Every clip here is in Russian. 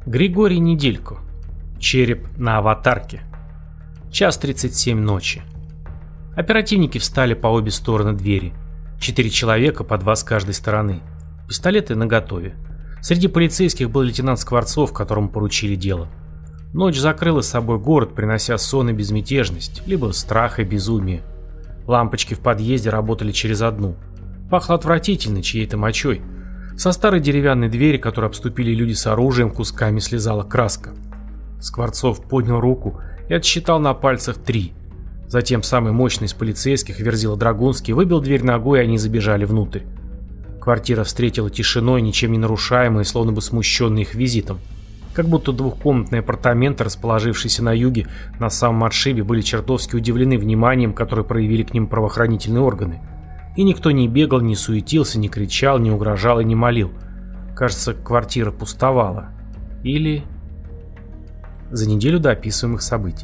Григорий Неделько. Череп на аватарке. 1:37 ночи. Оперативники встали по обе стороны двери. 4 человека, по 2 с каждой стороны. Пистолеты наготове. Среди полицейских был лейтенант Скворцов, которому поручили дело. Ночь закрыла с собой город, принося сон и безмятежность, либо страх и безумие. Лампочки в подъезде работали через одну. Пахло отвратительно чьей-то мочой. Со старой деревянной двери, которую обступили люди с оружием, кусками слезала краска. Скворцов поднял руку и отсчитал на пальцах 3. Затем самый мощный из полицейских, Верзила Драгунский, выбил дверь ногой, и они забежали внутрь. Квартира встретила тишиной, ничем не нарушаемой, словно бы смущенной их визитом. Как будто двухкомнатные апартаменты, расположившиеся на юге, на самом отшибе, были чертовски удивлены вниманием, которое проявили к ним правоохранительные органы. И никто не бегал, не суетился, не кричал, не угрожал и не молил. Кажется, квартира пустовала. Или... За неделю до описываемых событий.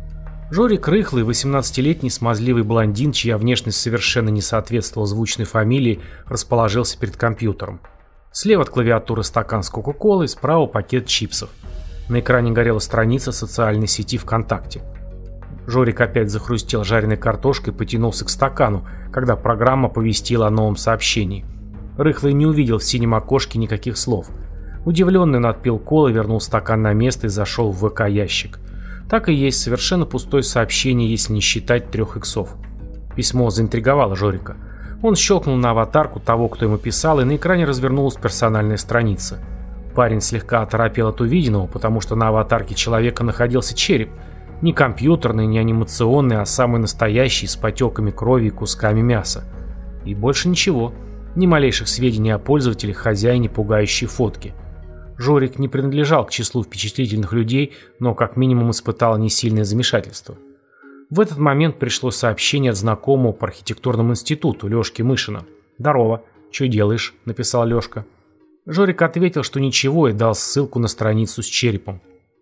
Жорик Рыхлый, 18-летний смазливый блондин, чья внешность совершенно не соответствовала звучной фамилии, расположился перед компьютером. Слева от клавиатуры стакан с кока-колой, справа пакет чипсов. На экране горела страница социальной сети ВКонтакте. Жорик опять захрустел жареной картошкой и потянулся к стакану, когда программа повестила о новом сообщении. Рыхлый не увидел в синем окошке никаких слов. Удивленный, он отпил колы, вернул стакан на место и зашел в ВК-ящик. Так и есть совершенно пустое сообщение, если не считать 3 иксов. Письмо заинтриговало Жорика. Он щелкнул на аватарку того, кто ему писал, и на экране развернулась персональная страница. Парень слегка оторопел от увиденного, потому что на аватарке человека находился череп. Не компьютерный, не анимационный, а самый настоящий, с потеками крови и кусками мяса. И больше ничего. Ни малейших сведений о пользователе, хозяине пугающей фотки. Жорик не принадлежал к числу впечатлительных людей, но как минимум испытал несильное замешательство. В этот момент пришло сообщение от знакомого по архитектурному институту Лёшки Мышина. «Здорово. Чё делаешь?» – написал Лёшка. Жорик ответил, что ничего, и дал ссылку на страницу с черепом.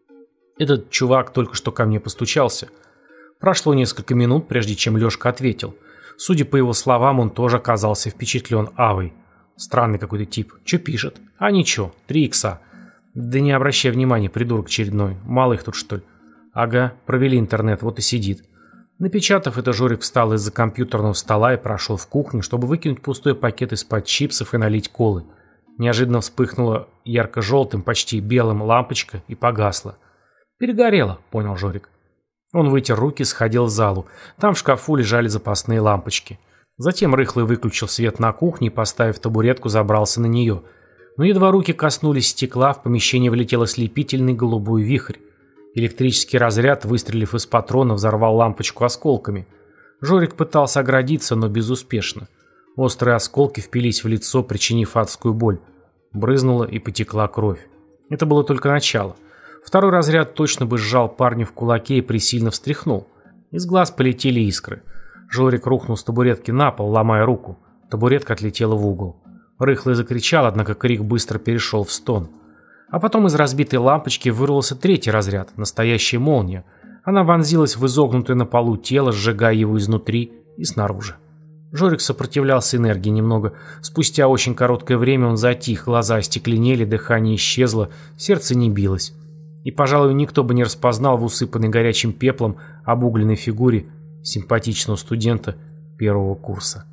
Этот чувак только что ко мне постучался. Прошло несколько минут, прежде чем Лёшка ответил. Судя по его словам, он тоже оказался впечатлен Авой. Странный какой-то тип. Чё пишет? А ничего, 3 икса. Да не обращай внимания, придурок очередной. Мало их тут, что ли? Ага, провели интернет, вот и сидит. Напечатав это, Жорик встал из-за компьютерного стола и прошел в кухню, чтобы выкинуть пустой пакет из-под чипсов и налить колы. Неожиданно вспыхнула ярко-желтым, почти белым лампочка и погасла. «Перегорело», — понял Жорик. Он вытер руки, сходил в залу. Там в шкафу лежали запасные лампочки. Затем Рыхлый выключил свет на кухне и, поставив табуретку, забрался на нее. Но едва руки коснулись стекла, в помещение влетел ослепительный голубой вихрь. Электрический разряд, выстрелив из патрона, взорвал лампочку осколками. Жорик пытался оградиться, но безуспешно. Острые осколки впились в лицо, причинив адскую боль. Брызнула и потекла кровь. Это было только начало. Второй разряд точно бы сжал парня в кулаке и присильно встряхнул. Из глаз полетели искры. Жорик рухнул с табуретки на пол, ломая руку. Табуретка отлетела в угол. Рыхлый закричал, однако крик быстро перешел в стон. А потом из разбитой лампочки вырвался 3-й разряд, настоящая молния. Она вонзилась в изогнутое на полу тело, сжигая его изнутри и снаружи. Жорик сопротивлялся энергии немного. Спустя очень короткое время он затих, глаза остекленели, дыхание исчезло, сердце не билось. И, пожалуй, никто бы не распознал в усыпанной горячим пеплом обугленной фигуре симпатичного студента 1-го курса.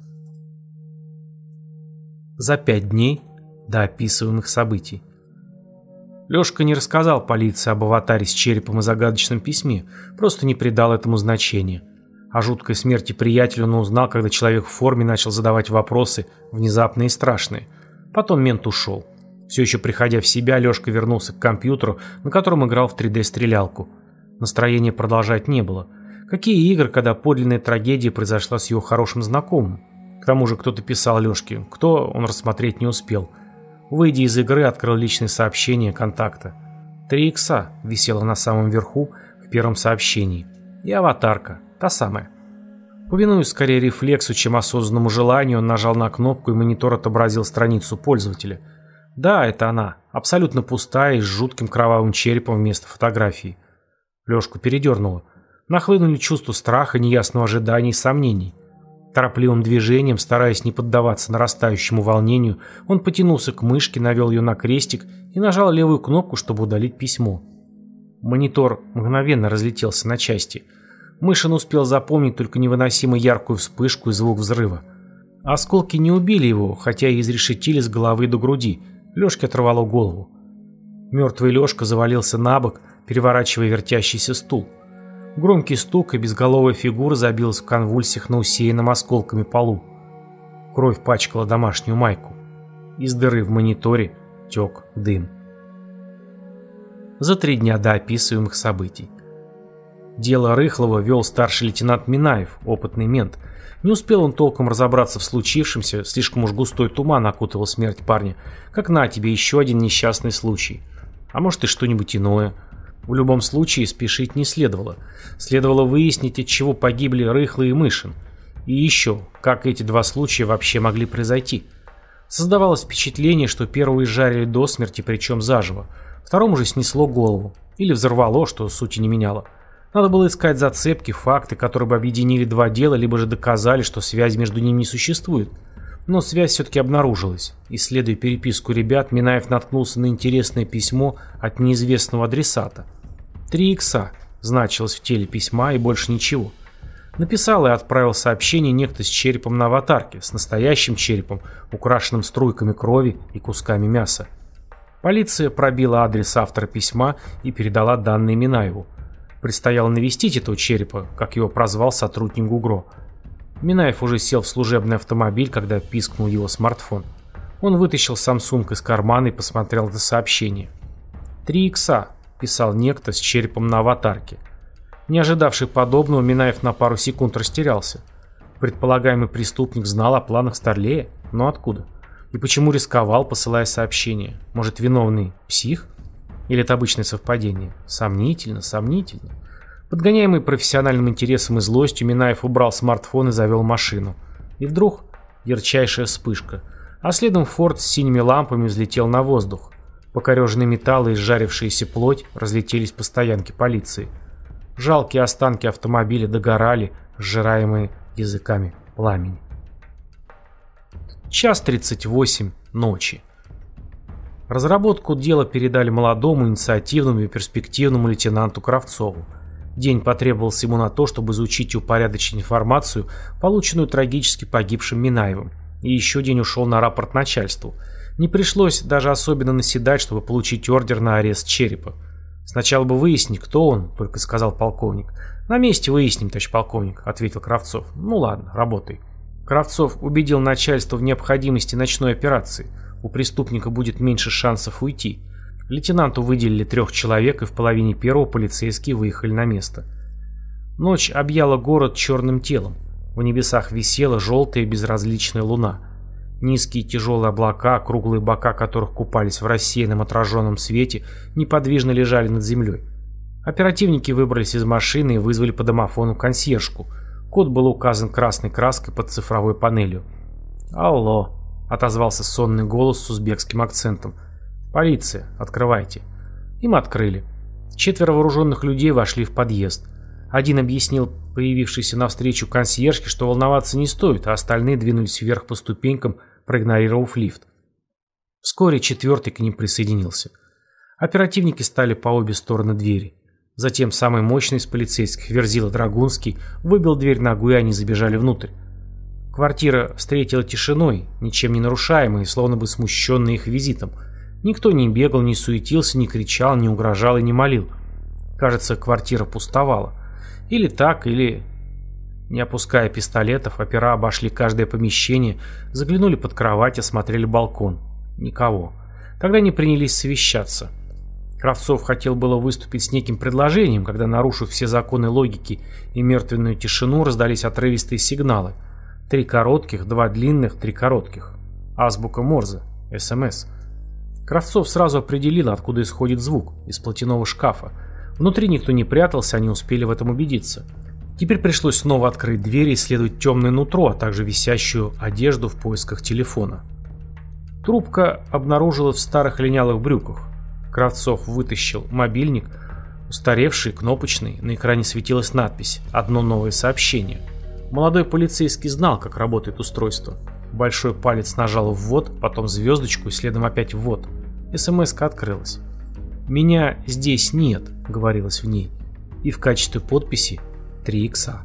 За 5 дней до описываемых событий. Лёшка не рассказал полиции об аватаре с черепом и загадочном письме, просто не придал этому значения. О жуткой смерти приятеля он узнал, когда человек в форме начал задавать вопросы, внезапные и страшные. Потом мент ушел. Все еще приходя в себя, Лёшка вернулся к компьютеру, на котором играл в 3D-стрелялку. Настроения продолжать не было. Какие игры, когда подлинная трагедия произошла с его хорошим знакомым? К тому же кто-то писал Лёшке, кто, он рассмотреть не успел. Выйдя из игры, открыл личное сообщение контакта. 3 икса висело на самом верху в первом сообщении. И аватарка, та самая. Повинуясь скорее рефлексу, чем осознанному желанию, он нажал на кнопку, и монитор отобразил страницу пользователя. Да, это она, абсолютно пустая и с жутким кровавым черепом вместо фотографии. Лёшку передернуло. Нахлынули чувства страха, неясного ожидания и сомнений. Торопливым движением, стараясь не поддаваться нарастающему волнению, он потянулся к мышке, навел ее на крестик и нажал левую кнопку, чтобы удалить письмо. Монитор мгновенно разлетелся на части. Мышин успел запомнить только невыносимо яркую вспышку и звук взрыва. Осколки не убили его, хотя и изрешетили с головы до груди. Лёшке оторвало голову. Мертвый Лёшка завалился на бок, переворачивая вертящийся стул. Громкий стук, и безголовая фигура забилась в конвульсиях на усеянном осколками полу. Кровь пачкала домашнюю майку. Из дыры в мониторе тек дым. За 3 дня до описываемых событий. Дело Рыхлова вел старший лейтенант Минаев, опытный мент. Не успел он толком разобраться в случившемся, слишком уж густой туман окутывал смерть парня, как на тебе еще один несчастный случай. А может и что-нибудь иное. В любом случае спешить не следовало. Следовало выяснить, от чего погибли Рыхлый и Мышин. И еще, как эти 2 случая вообще могли произойти. Создавалось впечатление, что первого изжарили до смерти, причем заживо. Второму же снесло голову. Или взорвало, что сути не меняло. Надо было искать зацепки, факты, которые бы объединили 2 дела, либо же доказали, что связь между ними не существует. Но связь все-таки обнаружилась. Исследуя переписку ребят, Минаев наткнулся на интересное письмо от неизвестного адресата. 3 икса значилось в теле письма и больше ничего. Написал и отправил сообщение некто с черепом на аватарке, с настоящим черепом, украшенным струйками крови и кусками мяса. Полиция пробила адрес автора письма и передала данные Минаеву. Предстояло навестить этого черепа, как его прозвал сотрудник ГУГРО. Минаев уже сел в служебный автомобиль, когда пискнул его смартфон. Он вытащил Samsung из кармана и посмотрел на сообщение. 3 икса, писал некто с черепом на аватарке. Не ожидавший подобного, Минаев на пару секунд растерялся. Предполагаемый преступник знал о планах Старлея? Но откуда? И почему рисковал, посылая сообщение? Может, виновный псих? Или это обычное совпадение? Сомнительно, сомнительно. Подгоняемый профессиональным интересом и злостью, Минаев убрал смартфон и завел машину. И вдруг ярчайшая вспышка. А следом Форд с синими лампами взлетел на воздух. Покореженные металлы и сжарившаяся плоть разлетелись по стоянке полиции. Жалкие останки автомобиля догорали, сжираемые языками пламени. 1:38 ночи. Разработку дела передали молодому, инициативному и перспективному лейтенанту Кравцову. День потребовался ему на то, чтобы изучить и упорядочить информацию, полученную трагически погибшим Минаевым. И еще день ушел на рапорт начальству. Не пришлось даже особенно наседать, чтобы получить ордер на арест черепа. «Сначала бы выяснить, кто он», — только сказал полковник. «На месте выясним, товарищ полковник», — ответил Кравцов. «Ну ладно, работай». Кравцов убедил начальство в необходимости ночной операции. У преступника будет меньше шансов уйти. Лейтенанту выделили 3 человек, и в половине первого полицейские выехали на место. Ночь объяла город черным телом. В небесах висела желтая безразличная луна. Низкие тяжелые облака, круглые бока которых купались в рассеянном отраженном свете, неподвижно лежали над землей. Оперативники выбрались из машины и вызвали по домофону консьержку. Код был указан красной краской под цифровой панелью. «Алло», — отозвался сонный голос с узбекским акцентом. «Полиция, открывайте». Им открыли. 4 вооруженных людей вошли в подъезд. Один объяснил появившейся навстречу консьержке, что волноваться не стоит, а остальные двинулись вверх по ступенькам, проигнорировав лифт. Вскоре 4-й к ним присоединился. Оперативники стали по обе стороны двери. Затем самый мощный из полицейских, Верзила Драгунский, выбил дверь ногой, и они забежали внутрь. Квартира встретила тишиной, ничем не нарушаемой, словно бы смущенной их визитом. Никто не бегал, не суетился, не кричал, не угрожал и не молил. Кажется, квартира пустовала. Или так, или... Не опуская пистолетов, опера обошли каждое помещение, заглянули под кровать, осмотрели балкон. Никого. Тогда они принялись совещаться. Кравцов хотел было выступить с неким предложением, когда, нарушив все законы логики и мертвенную тишину, раздались отрывистые сигналы. 3 коротких, 2 длинных, 3 коротких. Азбука Морзе. СМС. Кравцов сразу определил, откуда исходит звук. Из платяного шкафа. Внутри никто не прятался, они успели в этом убедиться. Теперь пришлось снова открыть дверь и исследовать темное нутро, а также висящую одежду в поисках телефона. Трубка обнаружилась в старых линялых брюках. Кравцов вытащил мобильник, устаревший, кнопочный. На экране светилась надпись «Одно новое сообщение». Молодой полицейский знал, как работает устройство. Большой палец нажал ввод, потом звездочку и следом опять ввод. СМС-ка открылась. «Меня здесь нет», — говорилось в ней. И в качестве подписи 3 икса.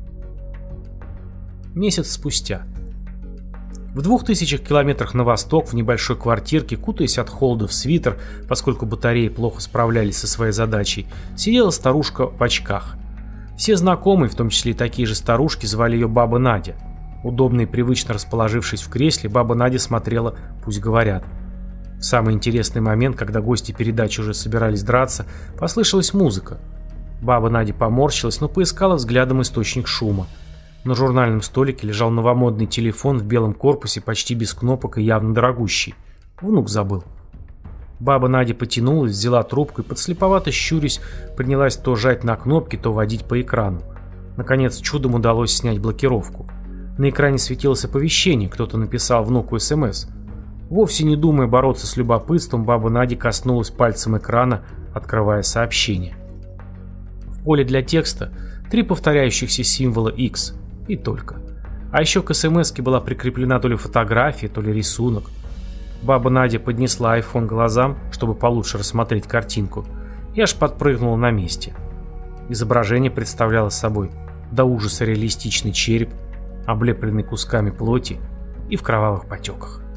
Месяц спустя. В 2000 километрах на восток, в небольшой квартирке, кутаясь от холода в свитер, поскольку батареи плохо справлялись со своей задачей, сидела старушка в очках. Все знакомые, в том числе и такие же старушки, звали ее Баба Надя. Удобно и привычно расположившись в кресле, Баба Надя смотрела «Пусть говорят». В самый интересный момент, когда гости передачи уже собирались драться, послышалась музыка. Баба Надя поморщилась, но поискала взглядом источник шума. На журнальном столике лежал новомодный телефон в белом корпусе, почти без кнопок и явно дорогущий. Внук забыл. Баба Надя потянулась, взяла трубку и, подслеповато щурясь, принялась то жать на кнопки, то водить по экрану. Наконец, чудом удалось снять блокировку. На экране светилось оповещение, кто-то написал внуку СМС. Вовсе не думая бороться с любопытством, баба Надя коснулась пальцем экрана, открывая сообщение. В поле для текста 3 повторяющихся символа X. И только. А еще к СМСке была прикреплена то ли фотография, то ли рисунок. Баба Надя поднесла айфон к глазам, чтобы получше рассмотреть картинку, и аж подпрыгнула на месте. Изображение представляло собой до ужаса реалистичный череп, облепленный кусками плоти и в кровавых потеках.